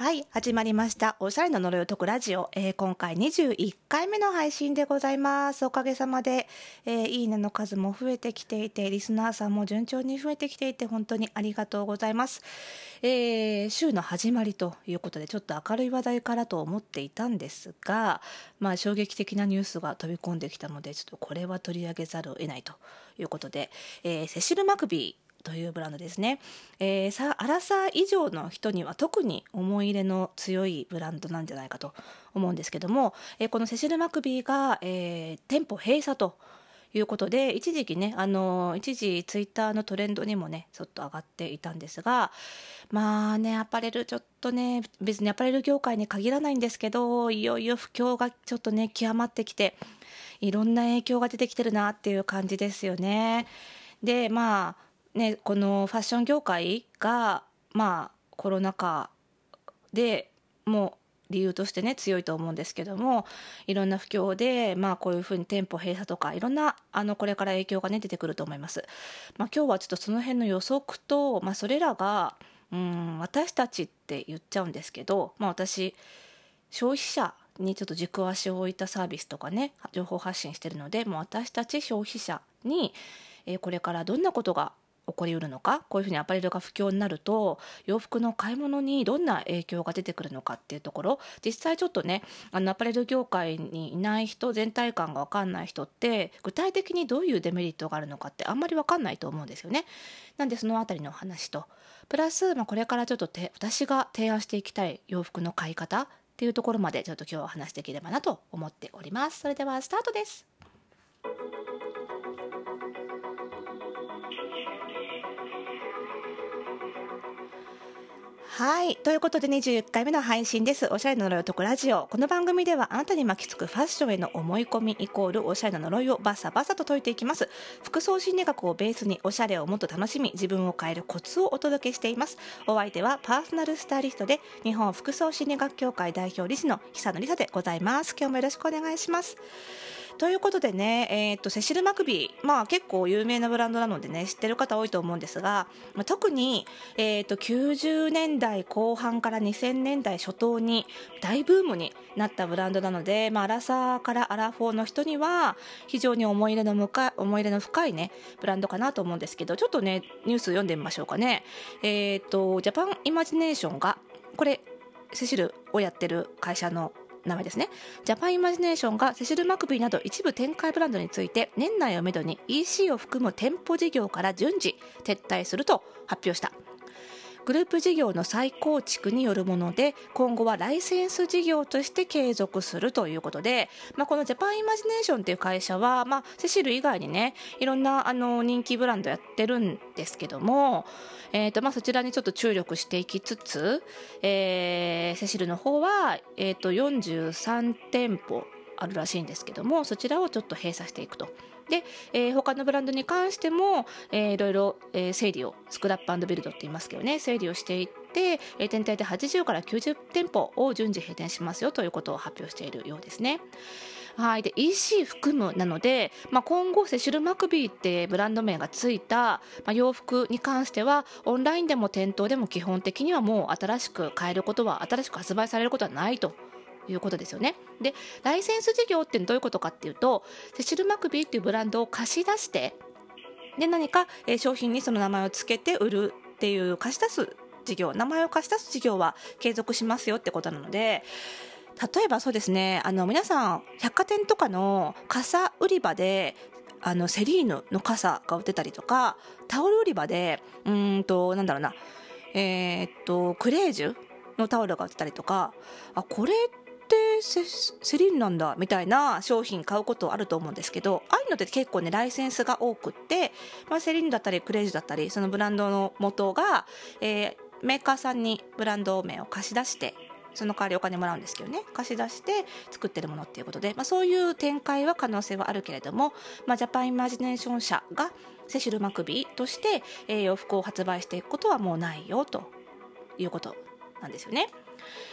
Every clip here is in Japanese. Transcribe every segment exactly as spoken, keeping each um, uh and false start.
はい、始まりました。おしゃれの呪いを解くラジオ、えー今回にじゅういっかいめの配信でございます。おかげさまで、えーいいねの数も増えてきていて、リスナーさんも順調に増えてきていて、本当にありがとうございます。えー週の始まりということで、ちょっと明るい話題からと思っていたんですが、まあ衝撃的なニュースが飛び込んできたので、ちょっとこれは取り上げざるを得ないということで、えーセシル・マクビーというブランドですね、えー、さアラサー以上の人には特に思い入れの強いブランドなんじゃないかと思うんですけども、えーこのセシル・マクビーが、えー店舗閉鎖ということで、一時期ね、あの一時ツイッターのトレンドにもねちょっと上がっていたんですが、まあね、アパレルちょっとね、別にアパレル業界に限らないんですけど、いよいよ不況がちょっとね極まってきて、いろんな影響が出てきてるなっていう感じですよね。で、まあね、このファッション業界が、まあ、コロナ禍でもう理由としてね強いと思うんですけども、いろんな不況で、まあ、こういうふうに店舗閉鎖とかいろんなあのこれから影響が、ね、出てくると思います。まあ、今日はちょっとその辺の予測と、まあ、それらがうん私たちって言っちゃうんですけど、まあ、私消費者にちょっと軸足を置いたサービスとかね情報発信してるので、もう私たち消費者に、えーこれからどんなことが起こりうるのか、こういうふうにアパレルが不況になると洋服の買い物にどんな影響が出てくるのかっていうところ、実際ちょっとねあのアパレル業界にいない人、全体感が分かんない人って具体的にどういうデメリットがあるのかってあんまり分かんないと思うんですよね。なんでそのあたりのお話とプラス、まあ、これからちょっとて私が提案していきたい洋服の買い方っていうところまでちょっと今日はお話しできればなと思っております。それではスタートです。はい。ということでにじゅういっかいめの配信です。おしゃれの呪いを解くラジオ。この番組ではあなたに巻きつくファッションへの思い込みイコールおしゃれの呪いをバサバサと解いていきます。服装心理学をベースにおしゃれをもっと楽しみ、自分を変えるコツをお届けしています。お相手はパーソナルスタイリストで日本服装心理学協会代表理事の久野理沙でございます。今日もよろしくお願いします。ということでね、えー、とセシル・マクビー、まあ、結構有名なブランドなのでね知ってる方多いと思うんですが、まあ、特に、えー、ときゅうじゅうねんだいこう半からにせんねんだい初頭に大ブームになったブランドなので、まあ、アラサーからアラフォーの人には非常に思い入れの向か思い入れの深い、ね、ブランドかなと思うんですけど、ちょっとねニュース読んでみましょうかね。えー、とジャパンイマジネーションが、これセシルをやってる会社の名前ですね。ジャパンイマジネーションがセシル・マクビーなど一部展開ブランドについて年内をめどに イーシー を含む店舗事業から順次撤退すると発表した。グループ事業の再構築によるもので、今後はライセンス事業として継続するということで、まあ、このジャパンイマジネーションという会社は、まあ、セシル以外にねいろんなあの人気ブランドやってるんですけども、えーとまあ、そちらにちょっと注力していきつつ、えーセシルの方は、えーとよんじゅうさんてんぽあるらしいんですけども、そちらをちょっと閉鎖していくと。で、えー他のブランドに関しても、えーいろいろ、えー整理を、スクラップ&ビルドって言いますけどね、整理をしていって、えー全体ではちじゅうからきゅうじゅうてんぽを順次閉店しますよということを発表しているようですね。はい。で イーシー 含むなので、まあ、今後セシル・マクビーってブランド名がついた、まあ、洋服に関してはオンラインでも店頭でも基本的にはもう新しく買えることは、新しく発売されることはないということですよね。でライセンス事業ってどういうことかっていうと、セシル・マクビーっていうブランドを貸し出して、で何か、えー商品にその名前をつけて売るっていう貸し出す事業、名前を貸し出す事業は継続しますよってことなので、例えばそうですね、あの皆さん百貨店とかの傘売り場であのセリーヌの傘が売ってたりとか、タオル売り場でうーんとなんだろうな、えーっとクレージュのタオルが売ってたりとか、あこれってセセリーヌなんだみたいな商品買うことあると思うんですけど、ああいうのって結構ねライセンスが多くって、まあ、セリーヌだったりクレージュだったりそのブランドの元が、えーメーカーさんにブランド名を貸し出して、その代わりお金もらうんですけどね、貸し出して作ってるものっていうことで、まあ、そういう展開は可能性はあるけれども、まあ、ジャパンイマジネーション社がセシル・マクビーとして、えー洋服を発売していくことはもうないよということなんですよね。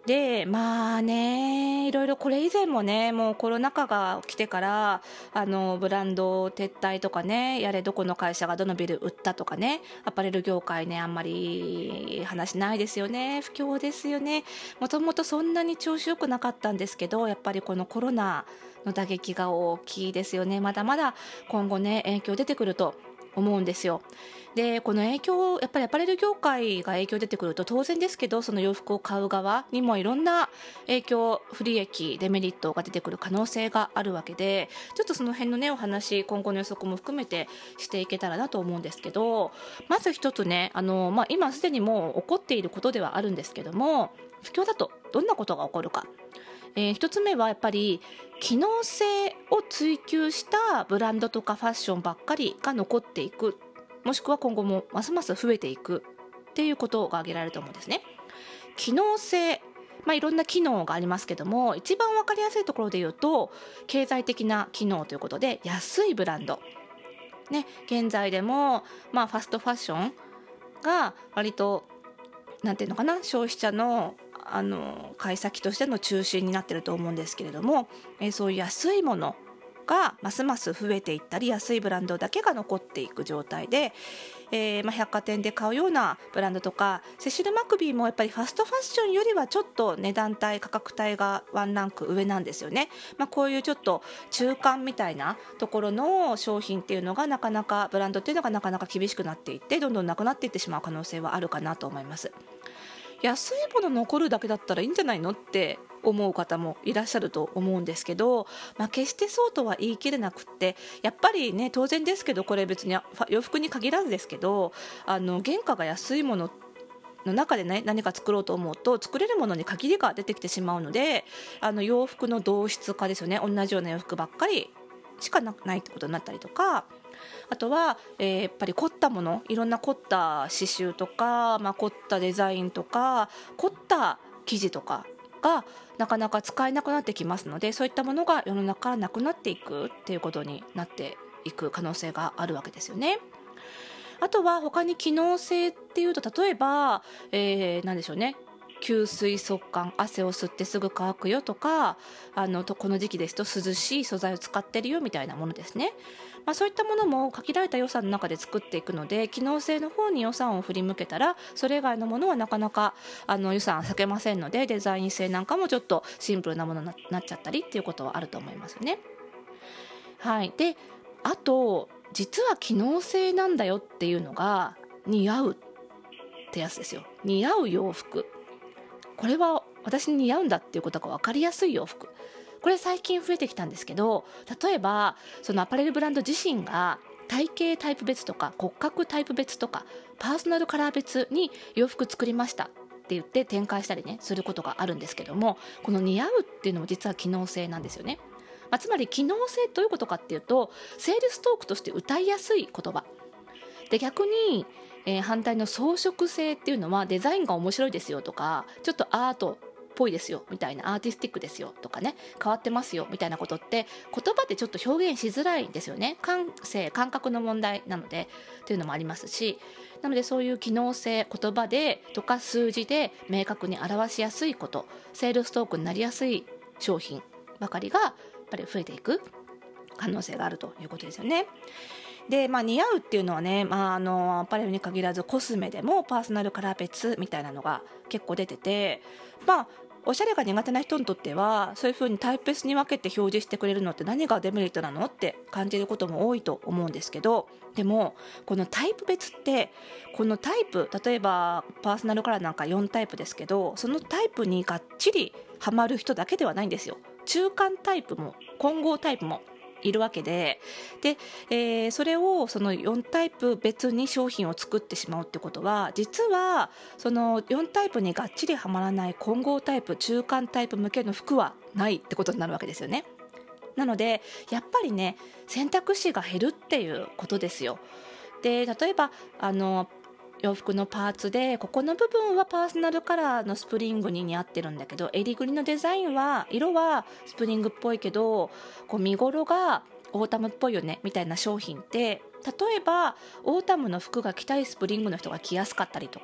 でまあね、いろいろこれ以前もね、もうコロナ禍が来てからあのブランド撤退とかね、やれどこの会社がどのビル売ったとかね、アパレル業界ね、あんまり話ないですよね。不況ですよね。もともとそんなに調子よくなかったんですけど、やっぱりこのコロナの打撃が大きいですよね。まだまだ今後ね、影響出てくると思うんですよ。でこの影響、やっぱりアパレル業界が影響出てくると当然ですけど、その洋服を買う側にもいろんな影響、不利益、デメリットが出てくる可能性があるわけで、ちょっとその辺のねお話、今後の予測も含めてしていけたらなと思うんですけど、まず一つね、あの、まあ、今すでにもう起こっていることではあるんですけども、不況だとどんなことが起こるか。えー、一つ目はやっぱり機能性を追求したブランドとかファッションばっかりが残っていく、もしくは今後もますます増えていくっていうことが挙げられると思うんですね。機能性、まあ、いろんな機能がありますけども、一番わかりやすいところで言うと経済的な機能ということで、安いブランド、ね、現在でも、まあ、ファストファッションが割となんていうのかな、消費者のあの買い先としての中心になっていると思うんですけれども、えー、そういう安いものがますます増えていったり、安いブランドだけが残っていく状態で、えーまあ、百貨店で買うようなブランドとか、セシル・マクビーもやっぱりファストファッションよりはちょっと値段帯、価格帯がワンランク上なんですよね。まあ、こういうちょっと中間みたいなところの商品っていうのがなかなか、ブランドっていうのがなかなか厳しくなっていって、どんどんなくなっていってしまう可能性はあるかなと思います。安いもの残るだけだったらいいんじゃないのって思う方もいらっしゃると思うんですけど、まあ、決してそうとは言い切れなくって、やっぱりね、当然ですけど、これ別に洋服に限らずですけど、あの原価が安いものの中で、ね、何か作ろうと思うと作れるものに限りが出てきてしまうので、あの洋服の同質化ですよね。同じような洋服ばっかりしかないってことになったりとか、あとは、えー、やっぱり凝ったもの、いろんな凝った刺繍とか、まあ、凝ったデザインとか凝った生地とかがなかなか使えなくなってきますので、そういったものが世の中からなくなっていくっていうことになっていく可能性があるわけですよね。あとは他に機能性っていうと、例えば、えー、何でしょうね、吸水速乾、汗を吸ってすぐ乾くよとか、あのとこの時期ですと涼しい素材を使ってるよみたいなものですね。まあ、そういったものも限られた予算の中で作っていくので、機能性の方に予算を振り向けたら、それ以外のものはなかなかあの予算は避けませんので、デザイン性なんかもちょっとシンプルなものになっちゃったりっていうことはあると思いますね。はい、であと実は機能性なんだよっていうのが似合うってやつですよ。似合う洋服、これは私に似合うんだっていうことが分かりやすい洋服、これ最近増えてきたんですけど、例えばそのアパレルブランド自身が体型タイプ別とか骨格タイプ別とかパーソナルカラー別に洋服作りましたって言って展開したりねすることがあるんですけども、この似合うっていうのも実は機能性なんですよね。まあ、つまり機能性どういうことかっていうと、セールストークとして歌いやすい言葉で、逆に、えー反対の装飾性っていうのはデザインが面白いですよとか、ちょっとアートっぽいですよみたいな、アーティスティックですよとかね、変わってますよみたいなことって言葉でちょっと表現しづらいんですよね。感性感覚の問題なのでっていうのもありますし、なのでそういう機能性、言葉でとか数字で明確に表しやすいこと、セールストークになりやすい商品ばかりがやっぱり増えていく可能性があるということですよね。で、まあ、似合うっていうのはね、まあ、あのアパレルに限らずコスメでもパーソナルカラー別みたいなのが結構出てて、まあおしゃれが苦手な人にとってはそういう風にタイプ別に分けて表示してくれるのって何がデメリットなのって感じることも多いと思うんですけど、でもこのタイプ別ってこのタイプ、例えばパーソナルカラーなんかよんタイプですけど、そのタイプにがっちりはまる人だけではないんですよ。中間タイプも混合タイプもいるわけで、で、えーそれをそのよんタイプ別に商品を作ってしまうってことは、実はそのよんタイプにがっちりはまらない混合タイプ、中間タイプ向けの服はないってことになるわけですよね。なのでやっぱりね、選択肢が減るっていうことですよ。で、例えばあの洋服のパーツでここの部分はパーソナルカラーのスプリングに似合ってるんだけど、襟ぐりのデザインは色はスプリングっぽいけどこう見頃がオータムっぽいよねみたいな商品って、例えばオータムの服が着たいスプリングの人が着やすかったりとか、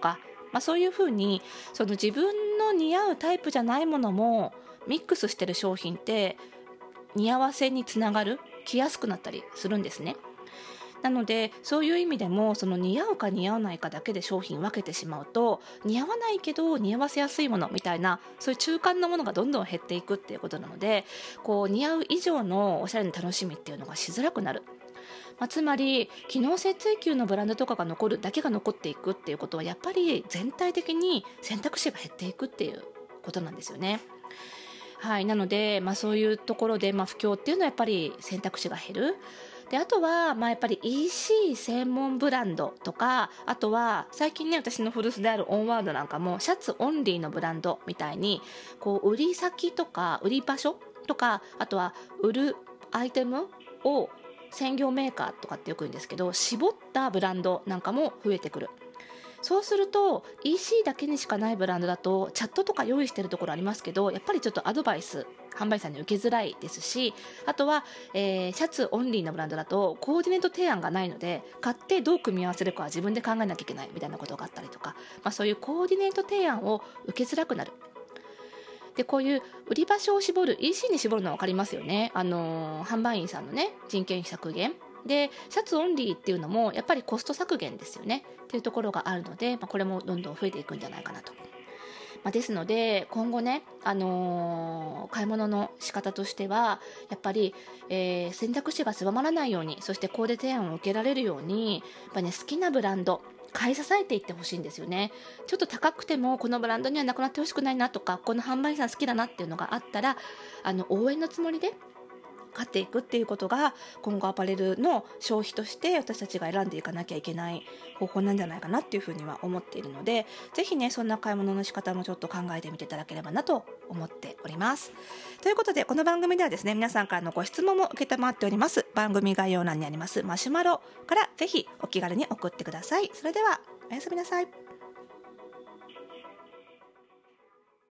まあ、そういうふうにその自分の似合うタイプじゃないものもミックスしてる商品って似合わせにつながる、着やすくなったりするんですね。なのでそういう意味でもその似合うか似合わないかだけで商品分けてしまうと、似合わないけど似合わせやすいものみたいな、そういう中間のものがどんどん減っていくっていうことなので、こう似合う以上のおしゃれな楽しみっていうのがしづらくなる。まあ、つまり機能性追求のブランドとかが残るだけが残っていくっていうことは、やっぱり全体的に選択肢が減っていくっていうことなんですよね。はい、なので、まあ、そういうところで、まあ、不況っていうのはやっぱり選択肢が減る。であとは、まあ、やっぱり イーシー 専門ブランドとか、あとは最近ね、私の古巣であるオンワードなんかもシャツオンリーのブランドみたいに、こう売り先とか売り場所とか、あとは売るアイテムを専業メーカーとかってよく言うんですけど、絞ったブランドなんかも増えてくる。そうすると イーシー だけにしかないブランドだとチャットとか用意してるところありますけど、やっぱりちょっとアドバイス販売者に受けづらいですし、あとは、えー、シャツオンリーのブランドだとコーディネート提案がないので、買ってどう組み合わせるかは自分で考えなきゃいけないみたいなことがあったりとか、まあ、そういうコーディネート提案を受けづらくなる。でこういう売り場所を絞る イーシー に絞るのは分かりますよね。あのー、販売員さんのね、人件費削減で、シャツオンリーっていうのもやっぱりコスト削減ですよねっていうところがあるので、まあ、これもどんどん増えていくんじゃないかなと。まあ、ですので今後ね、あのー、買い物の仕方としてはやっぱり、えー、選択肢が狭まらないように、そしてコーデ提案を受けられるように、やっぱ、ね、好きなブランド買い支えていってほしいんですよね。ちょっと高くてもこのブランドにはなくなってほしくないなとか、この販売員さん好きだなっていうのがあったら、あの応援のつもりで買っていくっていうことが今後アパレルの消費として私たちが選んでいかなきゃいけない方法なんじゃないかなっていうふうには思っているので、ぜひねそんな買い物の仕方もちょっと考えてみていただければなと思っております。ということでこの番組ではですね、皆さんからのご質問も受けたまっております。番組概要欄にありますマシュマロからぜひお気軽に送ってください。それではおやすみなさい。